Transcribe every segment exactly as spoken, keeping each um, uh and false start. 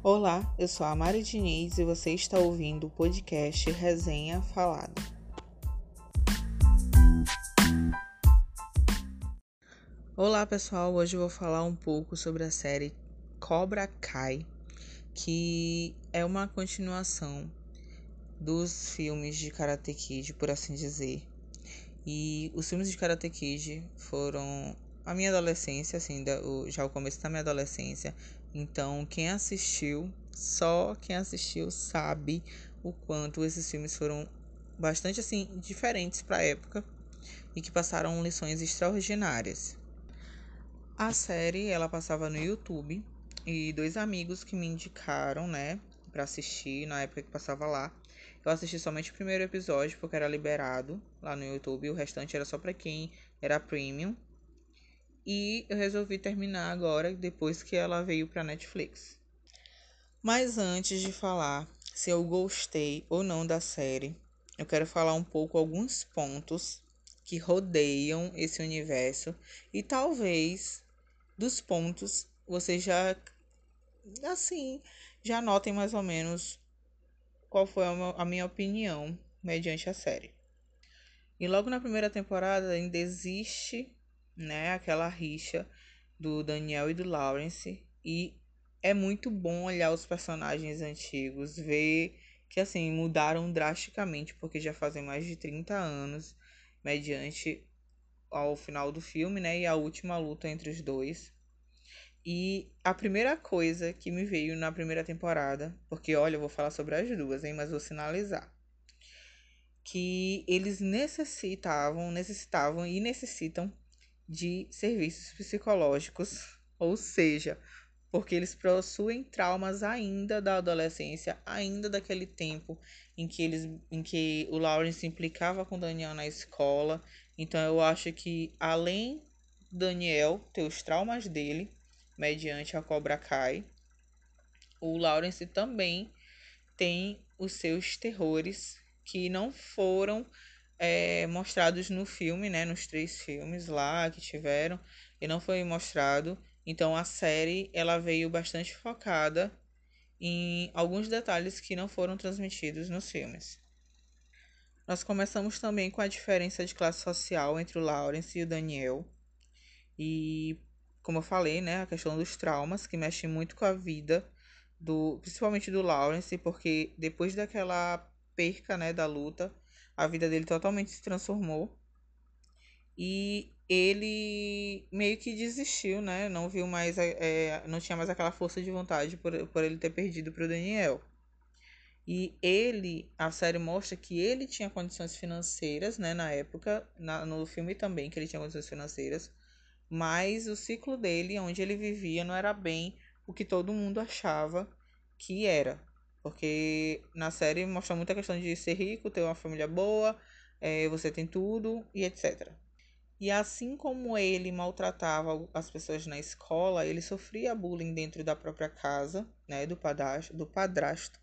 Olá, eu sou a Mari Diniz e você está ouvindo o podcast Resenha Falada. Olá pessoal, hoje eu vou falar um pouco sobre a série Cobra Kai, que é uma continuação dos filmes de Karate Kid, por assim dizer. E os filmes de Karate Kid foram a minha adolescência, assim, já o começo da minha adolescência. Então, quem assistiu, só quem assistiu sabe o quanto esses filmes foram bastante, assim, diferentes para a época e que passaram lições extraordinárias. A série, ela passava no YouTube e dois amigos que me indicaram, né, para assistir na época que passava lá. Eu assisti somente o primeiro episódio porque era liberado lá no YouTube, o restante era só para quem era premium. E eu resolvi terminar agora, depois que ela veio para Netflix. Mas antes de falar se eu gostei ou não da série, eu quero falar um pouco alguns pontos que rodeiam esse universo e talvez dos pontos vocês já, assim, já notem mais ou menos qual foi a minha opinião mediante a série. E logo na primeira temporada ainda existe, né, aquela rixa do Daniel e do Lawrence, e é muito bom olhar os personagens antigos, ver que assim mudaram drasticamente, porque já fazem mais de trinta anos, mediante ao final do filme, né, e a última luta entre os dois. E a primeira coisa que me veio na primeira temporada, porque olha, eu vou falar sobre as duas, hein, mas vou sinalizar, que eles necessitavam, necessitavam e necessitam de serviços psicológicos, ou seja, porque eles possuem traumas ainda da adolescência, ainda daquele tempo em que eles, em que o Lawrence implicava com o Daniel na escola. Então eu acho que além do Daniel ter os traumas dele, mediante a Cobra Kai, o Lawrence também tem os seus terrores que não foram é, mostrados no filme, né? Nos três filmes lá que tiveram, e não foi mostrado. Então a série ela veio bastante focada em alguns detalhes que não foram transmitidos nos filmes. Nós começamos também com a diferença de classe social entre o Lawrence e o Daniel. E como eu falei, né, a questão dos traumas que mexe muito com a vida do, principalmente do Lawrence, porque depois daquela perca, né, da luta, a vida dele totalmente se transformou. E ele meio que desistiu, né? Não viu mais, é, não tinha mais aquela força de vontade por, por ele ter perdido para o Daniel. E ele, a série mostra que ele tinha condições financeiras, né? Na época, na, no filme também, que ele tinha condições financeiras. Mas o ciclo dele, onde ele vivia, não era bem o que todo mundo achava que era. Porque na série mostra muita questão de ser rico, ter uma família boa, é, você tem tudo e etcétera. E assim como ele maltratava as pessoas na escola, ele sofria bullying dentro da própria casa, né, do padrasto, do padrasto.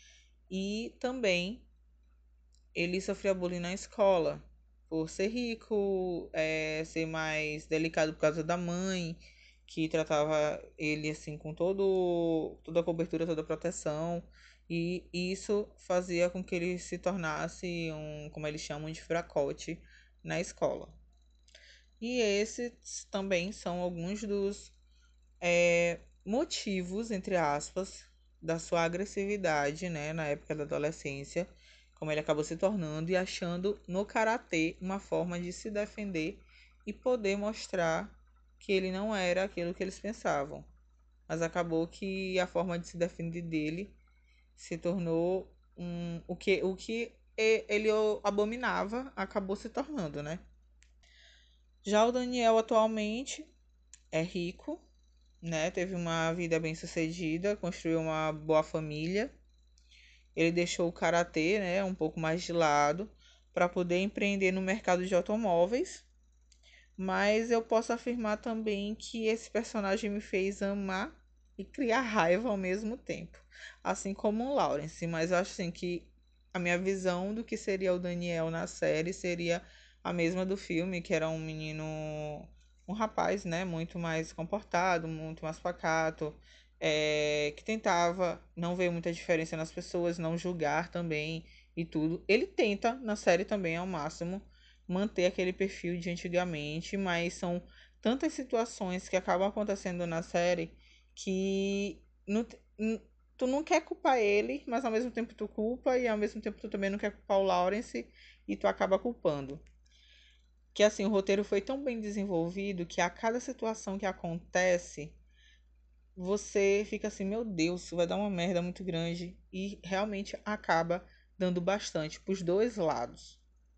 E também ele sofria bullying na escola, por ser rico, é, ser mais delicado por causa da mãe, que tratava ele assim com todo, toda a cobertura, toda a proteção. E isso fazia com que ele se tornasse um, como eles chamam de fracote na escola. E esses também são alguns dos é, motivos, entre aspas, da sua agressividade, né, na época da adolescência, como ele acabou se tornando e achando no karatê uma forma de se defender e poder mostrar que ele não era aquilo que eles pensavam. Mas acabou que a forma de se defender dele se tornou um, o que o que ele abominava acabou se tornando, né? Já o Daniel atualmente é rico, né? Teve uma vida bem sucedida, construiu uma boa família. Ele deixou o karatê, né, um pouco mais de lado para poder empreender no mercado de automóveis. Mas eu posso afirmar também que esse personagem me fez amar e criar raiva ao mesmo tempo, assim como o Lawrence. Mas eu acho assim que a minha visão do que seria o Daniel na série seria a mesma do filme, que era um menino, um rapaz, né, muito mais comportado, muito mais pacato, é, que tentava não ver muita diferença nas pessoas, não julgar também e tudo. Ele tenta, na série também, ao máximo, manter aquele perfil de antigamente, mas são tantas situações que acabam acontecendo na série que não, tu não quer culpar ele, mas ao mesmo tempo tu culpa e ao mesmo tempo tu também não quer culpar o Lawrence e tu acaba culpando. Que assim, o roteiro foi tão bem desenvolvido que a cada situação que acontece, você fica assim, meu Deus, isso vai dar uma merda muito grande e realmente acaba dando bastante pros dois lados.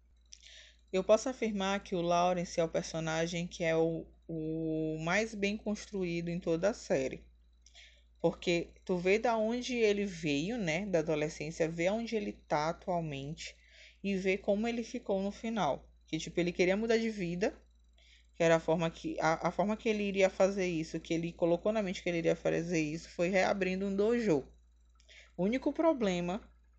Eu posso afirmar que o Lawrence é o personagem que é o, o mais bem construído em toda a série. Porque tu vê da onde ele veio, né, da adolescência, vê onde ele tá atualmente e vê como ele ficou no final. Que tipo, ele queria mudar de vida, que era a forma que a, a forma que ele iria fazer isso, que ele colocou na mente que ele iria fazer isso, foi reabrindo um dojo. O único problema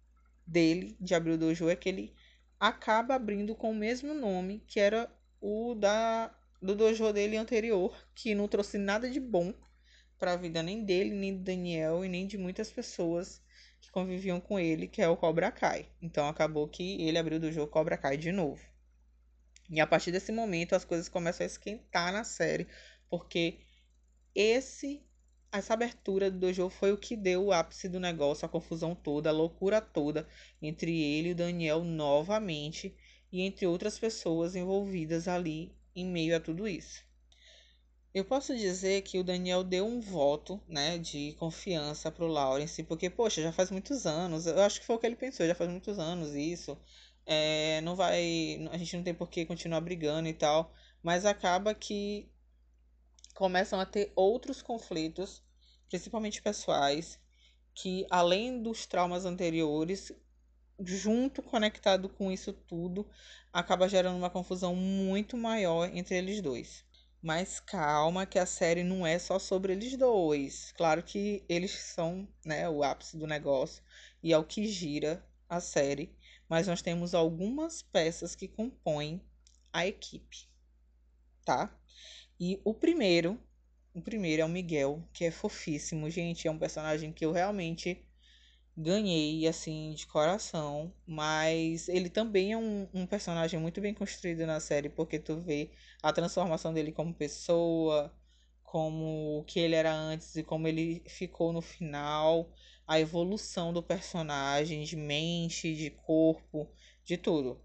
dele de abrir o dojo é que ele acaba abrindo com o mesmo nome, que era o da do dojo dele anterior, que não trouxe nada de bom para a vida nem dele, nem do Daniel e nem de muitas pessoas que conviviam com ele, que é o Cobra Kai. Então acabou que ele abriu do jogo Cobra Kai de novo. E a partir desse momento as coisas começam a esquentar na série, porque esse essa abertura do dojo foi o que deu o ápice do negócio, a confusão toda, a loucura toda entre ele e o Daniel novamente e entre outras pessoas envolvidas ali em meio a tudo isso. Eu posso dizer que o Daniel deu um voto, né, de confiança pro Lawrence, porque, poxa, já faz muitos anos, eu acho que foi o que ele pensou, já faz muitos anos isso, é, não vai, a gente não tem por que continuar brigando e tal, mas acaba que começam a ter outros conflitos, principalmente pessoais, que além dos traumas anteriores, junto conectado com isso tudo, acaba gerando uma confusão muito maior entre eles dois. Mas calma que a série não é só sobre eles dois. Claro que eles são, né, o ápice do negócio e é o que gira a série, mas nós temos algumas peças que compõem a equipe, tá? E o primeiro, o primeiro é o Miguel, que é fofíssimo, gente, é um personagem que eu realmente ganhei, assim, de coração, mas ele também é um, um personagem muito bem construído na série, porque tu vê a transformação dele como pessoa, como o que ele era antes e como ele ficou no final, a evolução do personagem, de mente, de corpo, de tudo.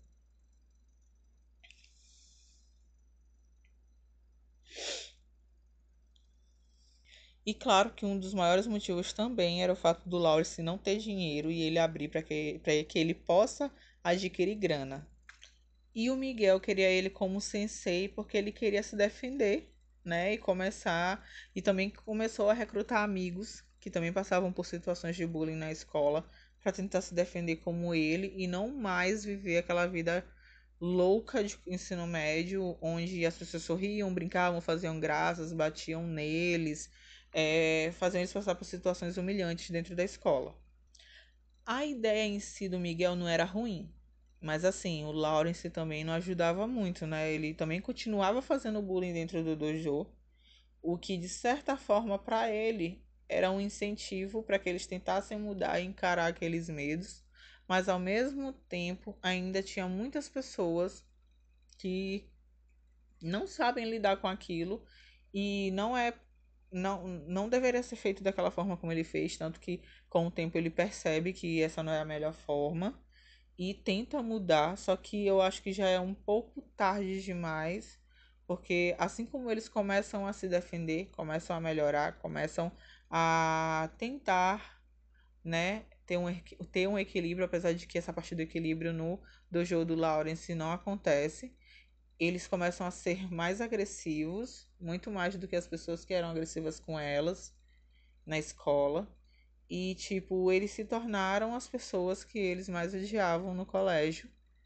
E claro que um dos maiores motivos também era o fato do Lawrence não ter dinheiro e ele abrir para que, para que ele possa adquirir grana. E o Miguel queria ele como sensei porque ele queria se defender, né? E começar. E também começou a recrutar amigos que também passavam por situações de bullying na escola para tentar se defender como ele e não mais viver aquela vida louca de ensino médio, onde as pessoas sorriam, brincavam, faziam graças, batiam neles, é, faziam eles passar por situações humilhantes dentro da escola. A ideia em si do Miguel não era ruim, mas assim, o Lawrence também não ajudava muito, né? Ele também continuava fazendo bullying dentro do dojo, o que de certa forma para ele era um incentivo para que eles tentassem mudar e encarar aqueles medos, mas ao mesmo tempo ainda tinha muitas pessoas que não sabem lidar com aquilo e não é não, não deveria ser feito daquela forma como ele fez, tanto que com o tempo ele percebe que essa não é a melhor forma e tenta mudar, só que eu acho que já é um pouco tarde demais, porque assim como eles começam a se defender, começam a melhorar, começam a tentar, né, ter um, ter um equilíbrio, apesar de que essa parte do equilíbrio no dojo do Lawrence não acontece, eles começam a ser mais agressivos, muito mais do que as pessoas que eram agressivas com elas na escola. E, tipo, eles se tornaram as pessoas que eles mais odiavam no colégio.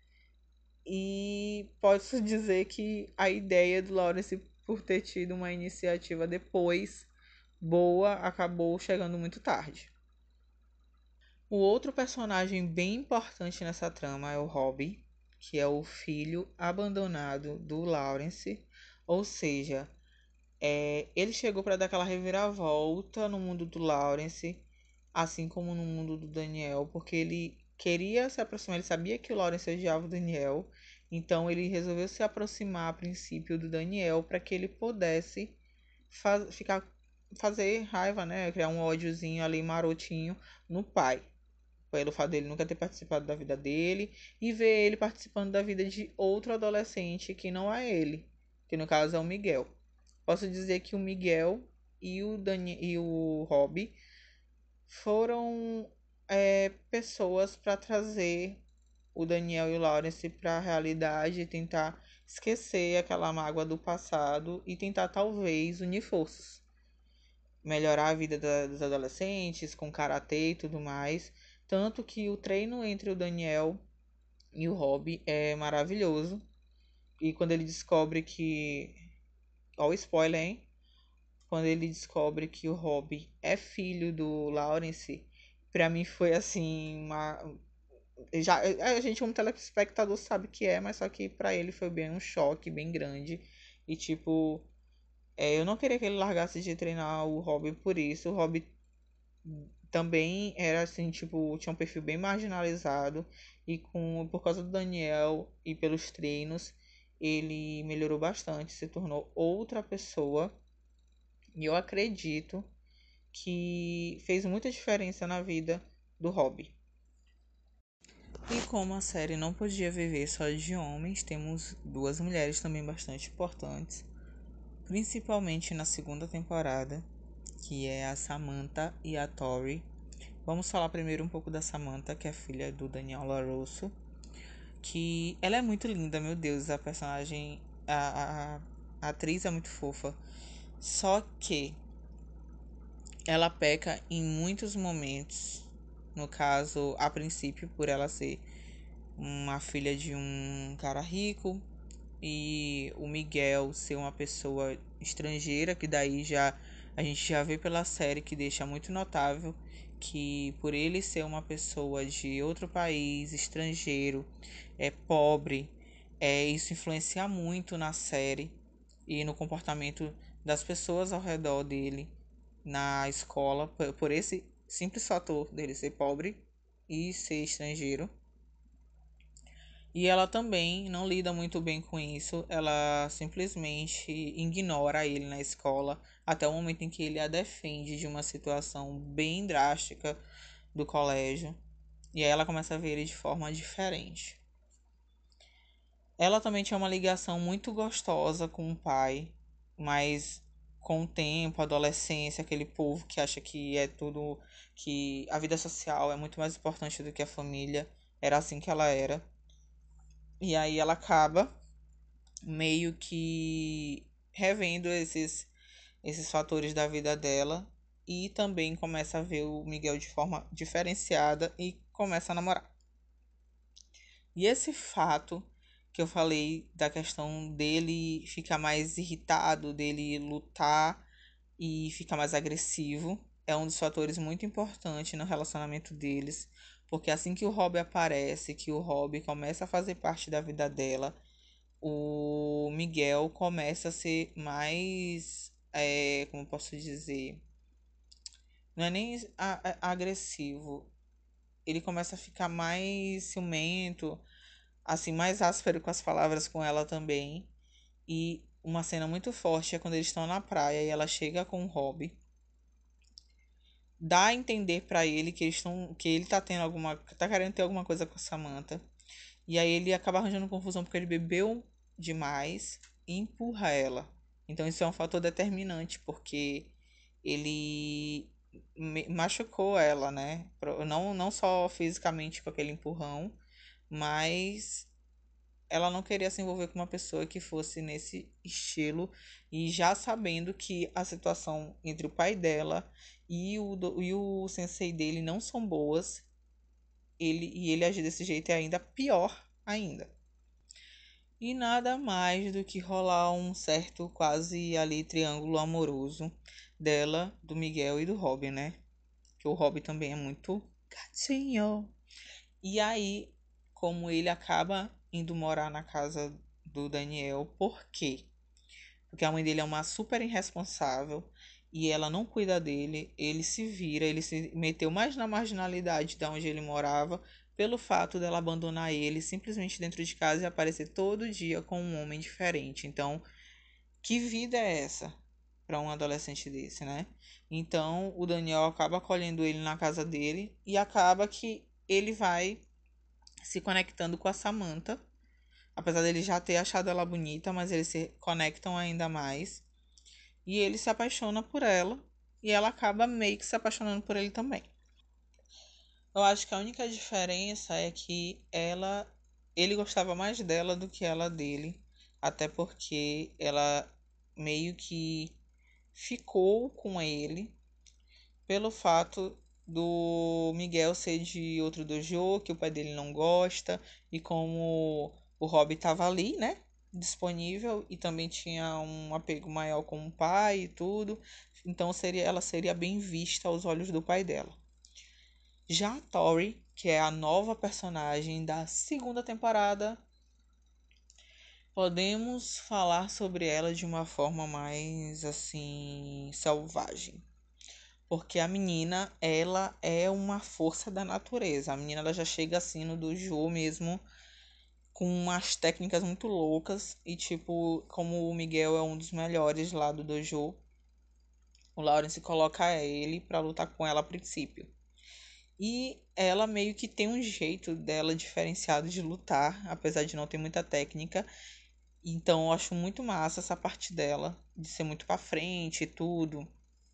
E posso dizer que a ideia do Lawrence por ter tido uma iniciativa depois boa acabou chegando muito tarde. O outro personagem bem importante nessa trama é o Robbie, que é o filho abandonado do Lawrence, ou seja, É, ele chegou para dar aquela reviravolta no mundo do Lawrence, assim como no mundo do Daniel, porque ele queria se aproximar, ele sabia que o Lawrence odiava o Daniel, então ele resolveu se aproximar a princípio do Daniel para que ele pudesse faz, ficar, fazer raiva, né? Criar um ódiozinho ali marotinho no pai, pelo fato dele nunca ter participado da vida dele e ver ele participando da vida de outro adolescente que não é ele, que no caso é o Miguel. Posso dizer que o Miguel e o, Dani e o Robbie foram é, pessoas para trazer o Daniel e o Lawrence para a realidade e tentar esquecer aquela mágoa do passado e tentar talvez unir forças, melhorar a vida da, dos adolescentes com karatê e tudo mais. Tanto que o treino entre o Daniel e o Robbie é maravilhoso. E quando ele descobre que. Ó, o spoiler, hein? Quando ele descobre que o Robbie é filho do Lawrence, pra mim foi assim, uma. Já, a gente como telespectador sabe que é, mas só que pra ele foi bem um choque bem grande. E tipo, é, eu não queria que ele largasse de treinar o Robbie por isso. O Robbie também era assim, tipo, tinha um perfil bem marginalizado. E com por causa do Daniel e pelos treinos, ele melhorou bastante, se tornou outra pessoa. E eu acredito que fez muita diferença na vida do Robbie. E como a série não podia viver só de homens, temos duas mulheres também bastante importantes, principalmente na segunda temporada, que é a Samantha e a Tori. Vamos falar primeiro um pouco da Samantha, que é filha do Daniel LaRusso, que ela é muito linda, meu Deus, a personagem, a, a, a atriz é muito fofa, só que ela peca em muitos momentos. No caso, a princípio, por ela ser uma filha de um cara rico e o Miguel ser uma pessoa estrangeira, que daí já a gente já vê pela série que deixa muito notável que por ele ser uma pessoa de outro país, estrangeiro, é pobre, é isso influencia muito na série e no comportamento das pessoas ao redor dele na escola por esse simples fator dele ser pobre e ser estrangeiro. E ela também não lida muito bem com isso, ela simplesmente ignora ele na escola até o momento em que ele a defende de uma situação bem drástica do colégio. E aí ela começa a ver ele de forma diferente. Ela também tinha uma ligação muito gostosa com o pai, mas com o tempo, a adolescência, aquele povo que acha que é tudo, que a vida social é muito mais importante do que a família, era assim que ela era. E aí ela acaba meio que revendo esses, esses fatores da vida dela e também começa a ver o Miguel de forma diferenciada e começa a namorar. E esse fato que eu falei da questão dele ficar mais irritado, dele lutar e ficar mais agressivo, é um dos fatores muito importantes no relacionamento deles, porque assim que o Robbie aparece, que o Robbie começa a fazer parte da vida dela, o Miguel começa a ser mais, é, como posso dizer, não é nem a- a- agressivo, ele começa a ficar mais ciumento, assim, mais áspero com as palavras com ela também. E uma cena muito forte é quando eles estão na praia e ela chega com o Robbie. Dá a entender pra ele que eles estão, que ele tá tendo alguma, tá querendo ter alguma coisa com a Samantha. E aí ele acaba arranjando confusão porque ele bebeu demais e empurra ela. Então isso é um fator determinante porque ele machucou ela, né? Não, não só fisicamente com aquele empurrão, mas ela não queria se envolver com uma pessoa que fosse nesse estilo e já sabendo que a situação entre o pai dela e o, do- e o sensei dele não são boas, ele e ele agir desse jeito é ainda pior ainda. E nada mais do que rolar um certo quase ali triângulo amoroso dela, do Miguel e do Robin, né? Que o Robin também é muito gatinho. E aí, como ele acaba indo morar na casa do Daniel, por quê? porque a mãe dele é uma super irresponsável e ela não cuida dele. Ele se vira, ele se meteu mais na marginalidade da onde ele morava, pelo fato dela abandonar ele simplesmente dentro de casa e aparecer todo dia com um homem diferente. Então, que vida é essa para um adolescente desse, né? Então, o Daniel acaba acolhendo ele na casa dele e acaba que ele vai se conectando com a Samantha. Apesar dele já ter achado ela bonita, mas eles se conectam ainda mais. E ele se apaixona por ela. E ela acaba meio que se apaixonando por ele também. Eu acho que a única diferença é que ela, ele gostava mais dela do que ela dele. Até porque ela meio que ficou com ele pelo fato do Miguel ser de outro dojo, que o pai dele não gosta, e como o Rob estava ali, né, disponível, e também tinha um apego maior com o pai e tudo, então seria, ela seria bem vista aos olhos do pai dela. Já a Tori, que é a nova personagem da segunda temporada, podemos falar sobre ela de uma forma mais assim selvagem. Porque a menina, ela é uma força da natureza. A menina, ela já chega assim no dojo mesmo, com umas técnicas muito loucas. E tipo, como o Miguel é um dos melhores lá do dojo, o Lawrence coloca ele pra lutar com ela a princípio. E ela meio que tem um jeito dela diferenciado de lutar, apesar de não ter muita técnica. Então eu acho muito massa essa parte dela, de ser muito pra frente e tudo.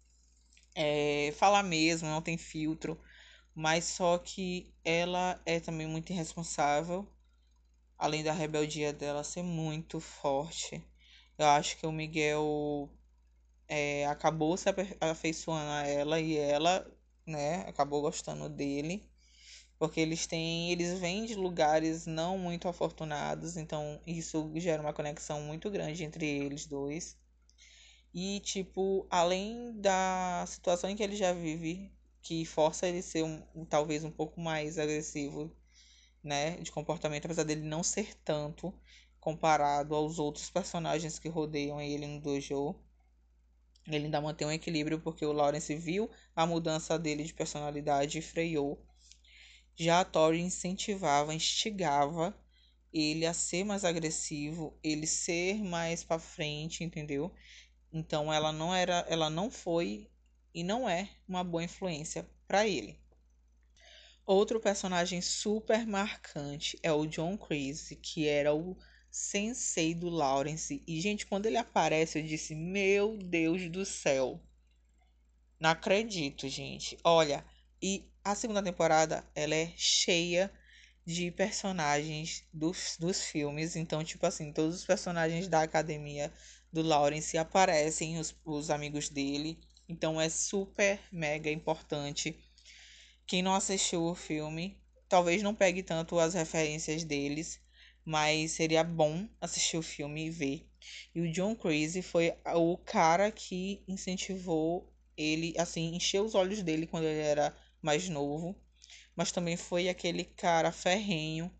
É, falar mesmo, não tem filtro. Mas só que ela é também muito irresponsável, além da rebeldia dela ser muito forte. Eu acho que o Miguel é, acabou se afeiçoando a ela e ela, né, acabou gostando dele. Porque eles têm, eles vêm de lugares não muito afortunados, então isso gera uma conexão muito grande entre eles dois. E, tipo, além da situação em que ele já vive, que força ele a ser um, um- talvez um pouco mais agressivo, né, de comportamento, apesar dele não ser tanto comparado aos outros personagens que rodeiam ele no dojo. Ele ainda mantém um equilíbrio porque o Lawrence viu a mudança dele de personalidade e freou. Já a Tori incentivava, instigava ele a ser mais agressivo, ele ser mais pra frente, entendeu? Então ela não era, ela não foi e não é uma boa influência para ele. Outro personagem super marcante é o John Kreese, que era o sensei do Lawrence. E, gente, quando ele aparece, eu disse: Meu Deus do céu, não acredito, gente. Olha, e a segunda temporada ela é cheia de personagens dos, dos filmes. Então, tipo assim, todos os personagens da academia do Lawrence aparecem, os, os amigos dele. Então é super mega importante. Quem não assistiu o filme, talvez não pegue tanto as referências deles, mas seria bom assistir o filme e ver. E o John Creasy foi o cara que incentivou ele, assim, encheu os olhos dele quando ele era mais novo, mas também foi aquele cara ferrenho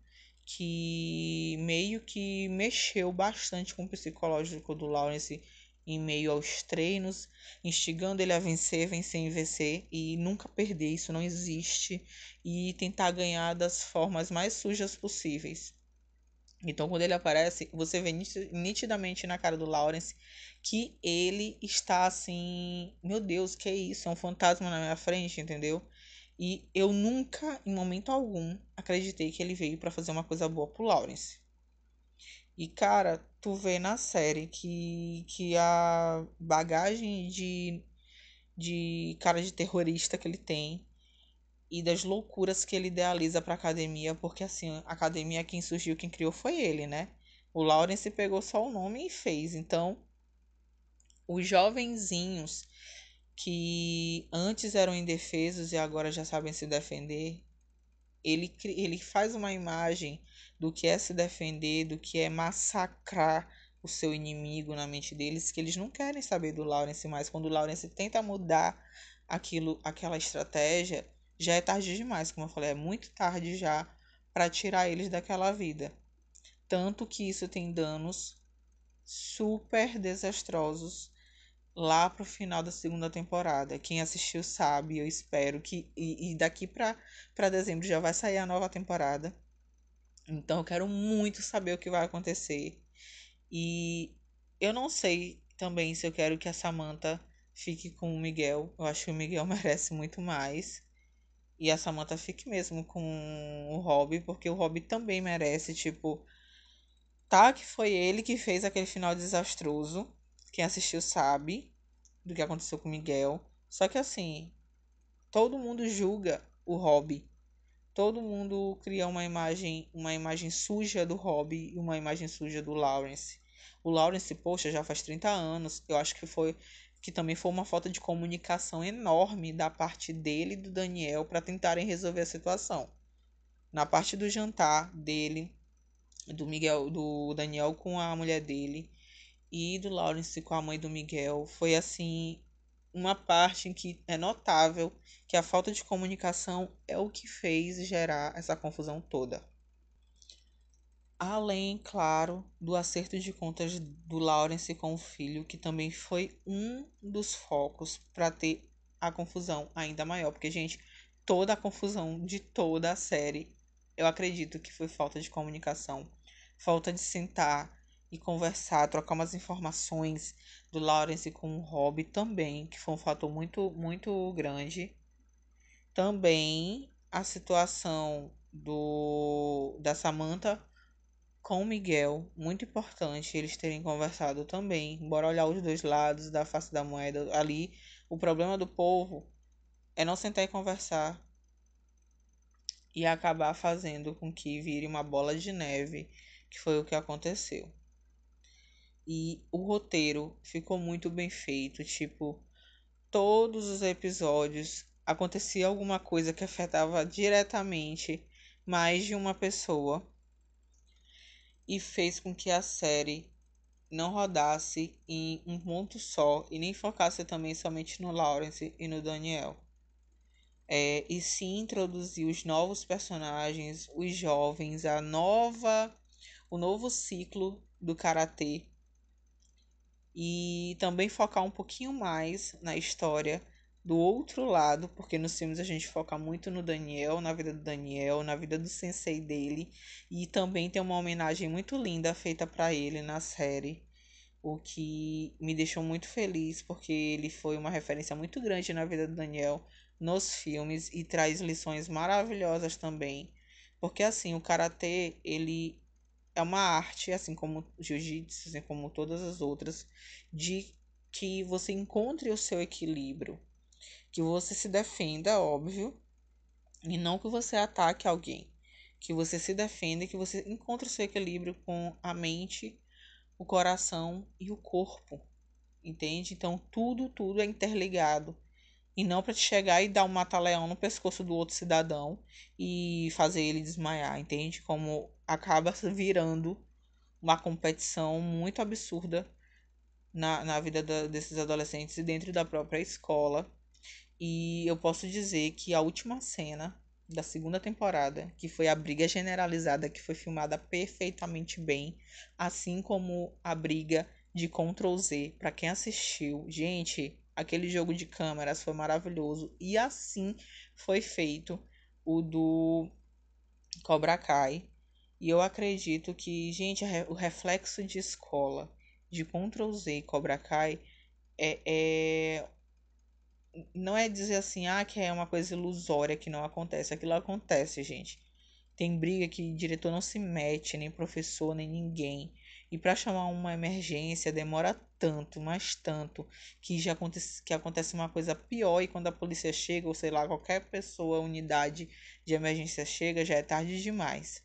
que meio que mexeu bastante com o psicológico do Lawrence em meio aos treinos, instigando ele a vencer, vencer e vencer e nunca perder, isso não existe, e tentar ganhar das formas mais sujas possíveis. Então, quando ele aparece, você vê nitidamente na cara do Lawrence que ele está assim, meu Deus, que é isso? É um fantasma na minha frente, entendeu? E eu nunca, em momento algum, acreditei que ele veio para fazer uma coisa boa pro Lawrence. E, cara, tu vê na série que, que a bagagem de, de cara de terrorista que ele tem e das loucuras que ele idealiza pra academia, porque assim, a academia quem surgiu, quem criou foi ele, né? O Lawrence pegou só o nome e fez. Então, os jovenzinhos que antes eram indefesos e agora já sabem se defender, ele, ele faz uma imagem do que é se defender, do que é massacrar o seu inimigo na mente deles, que eles não querem saber do Lawrence mais. Quando o Lawrence tenta mudar aquilo, aquela estratégia, já é tarde demais, como eu falei, é muito tarde já para tirar eles daquela vida. Tanto que isso tem danos super desastrosos lá pro final da segunda temporada. Quem assistiu sabe, eu espero que. E, e daqui pra, pra dezembro já vai sair a nova temporada. Então eu quero muito saber o que vai acontecer. E eu não sei também se eu quero que a Samantha fique com o Miguel. Eu acho que o Miguel merece muito mais. E a Samantha fique mesmo com o Robbie, porque o Robbie também merece, tipo, tá que foi ele que fez aquele final desastroso. Quem assistiu sabe do que aconteceu com o Miguel. Só que assim, todo mundo julga o Robbie. Todo mundo cria uma imagem, uma imagem suja do Robbie e uma imagem suja do Lawrence. O Lawrence, poxa, já faz trinta anos. Eu acho que foi que também foi uma falta de comunicação enorme da parte dele e do Daniel para tentarem resolver a situação. Na parte do jantar dele, do Miguel, do Daniel com a mulher dele e do Lawrence com a mãe do Miguel, foi assim uma parte em que é notável que a falta de comunicação é o que fez gerar essa confusão toda. Além, claro, do acerto de contas do Lawrence com o filho, que também foi um dos focos para ter a confusão ainda maior. Porque, gente, toda a confusão de toda a série, eu acredito que foi falta de comunicação, falta de sentar e conversar, trocar umas informações do Lawrence com o Rob também, que foi um fator muito, muito grande. Também a situação do da Samantha com o Miguel, muito importante eles terem conversado também, bora olhar os dois lados da face da moeda. Ali, o problema do povo é não sentar e conversar e acabar fazendo com que vire uma bola de neve, que foi o que aconteceu. E o roteiro ficou muito bem feito, tipo, todos os episódios acontecia alguma coisa que afetava diretamente mais de uma pessoa e fez com que a série não rodasse em um ponto só e nem focasse também somente no Lawrence e no Daniel. É, e sim introduzir os novos personagens, os jovens, a nova, o novo ciclo do karatê e também focar um pouquinho mais na história do outro lado, porque nos filmes a gente foca muito no Daniel, na vida do Daniel, na vida do sensei dele, e também tem uma homenagem muito linda feita para ele na série, o que me deixou muito feliz, porque ele foi uma referência muito grande na vida do Daniel nos filmes e traz lições maravilhosas também. Porque assim, o karatê, ele é uma arte, assim como o jiu-jitsu, assim como todas as outras, de que você encontre o seu equilíbrio, que você se defenda, óbvio, e não que você ataque alguém, que você se defenda e que você encontre o seu equilíbrio com a mente, o coração e o corpo, entende? Então tudo, tudo é interligado. E não para te chegar e dar um mata-leão no pescoço do outro cidadão e fazer ele desmaiar, entende? Como acaba virando uma competição muito absurda na, na vida da, desses adolescentes e dentro da própria escola. E eu posso dizer que a última cena da segunda temporada, que foi a briga generalizada, que foi filmada perfeitamente bem, assim como a briga de Control Z, para quem assistiu, gente, aquele jogo de câmeras foi maravilhoso e assim foi feito o do Cobra Kai. E eu acredito que, gente, o reflexo de escola de Control Z e Cobra Kai é, é não é dizer assim, ah, que é uma coisa ilusória que não acontece. Aquilo acontece, gente. Tem briga que o diretor não se mete, nem professor, nem ninguém. E para chamar uma emergência demora tanto, mas tanto, que já acontece, que acontece uma coisa pior e quando a polícia chega, ou sei lá, qualquer pessoa, unidade de emergência chega, já é tarde demais.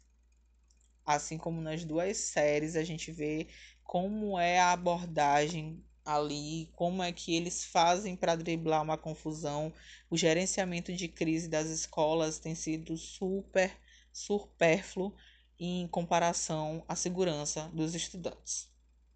Assim como nas duas séries a gente vê como é a abordagem ali, como é que eles fazem para driblar uma confusão. O gerenciamento de crise das escolas tem sido super supérfluo em comparação à segurança dos estudantes.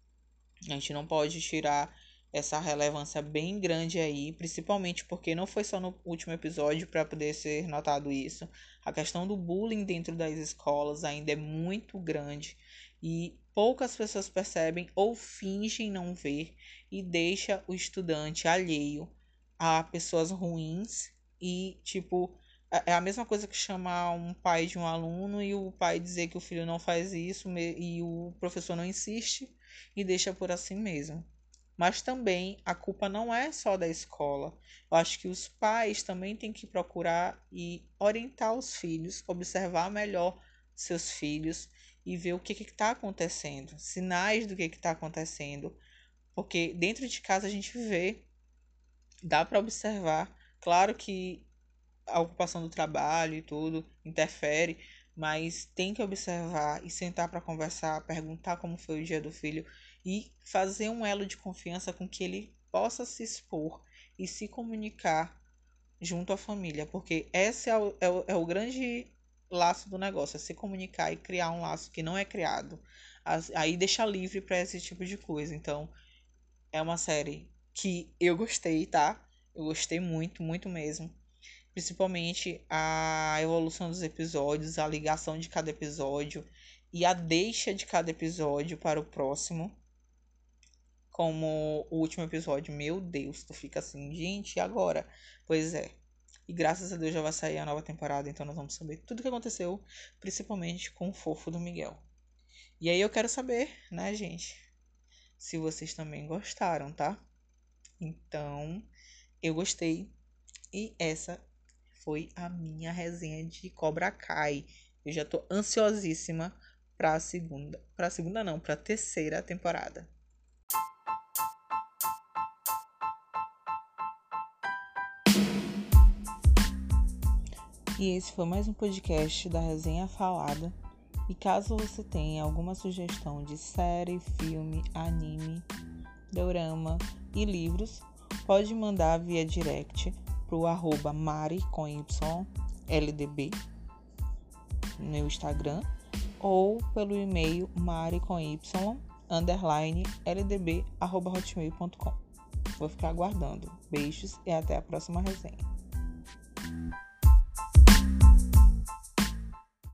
A gente não pode tirar essa relevância bem grande aí, principalmente porque não foi só no último episódio para poder ser notado isso. A questão do bullying dentro das escolas ainda é muito grande e poucas pessoas percebem ou fingem não ver e deixa o estudante alheio a pessoas ruins e, tipo, é a mesma coisa que chamar um pai de um aluno e o pai dizer que o filho não faz isso e o professor não insiste e deixa por assim mesmo. Mas também a culpa não é só da escola. Eu acho que os pais também têm que procurar e orientar os filhos, observar melhor seus filhos e ver o que está acontecendo, sinais do que está acontecendo. Porque dentro de casa a gente vê, dá para observar. Claro que a ocupação do trabalho e tudo interfere, mas tem que observar e sentar para conversar, perguntar como foi o dia do filho e fazer um elo de confiança com que ele possa se expor e se comunicar junto à família, porque esse é o, é o, é o grande laço do negócio, é se comunicar e criar um laço que não é criado. Aí deixa livre para esse tipo de coisa. Então, é uma série que eu gostei, tá? Eu gostei muito, muito mesmo. Principalmente a evolução dos episódios, a ligação de cada episódio e a deixa de cada episódio para o próximo. Como o último episódio, meu Deus, tu fica assim, gente, e agora? Pois é. E graças a Deus já vai sair a nova temporada, então nós vamos saber tudo o que aconteceu, principalmente com o fofo do Miguel. E aí eu quero saber, né, gente, se vocês também gostaram, tá? Então, eu gostei. E essa foi a minha resenha de Cobra Kai. Eu já tô ansiosíssima pra segunda. Pra segunda não, pra terceira temporada. E esse foi mais um podcast da Resenha Falada. E caso você tenha alguma sugestão de série, filme, anime, dorama e livros, pode mandar via direct pro arroba mari com y ldb no Instagram ou pelo e-mail mari com y underline ldb arroba hotmail ponto com. Vou ficar aguardando. Beijos e até a próxima resenha.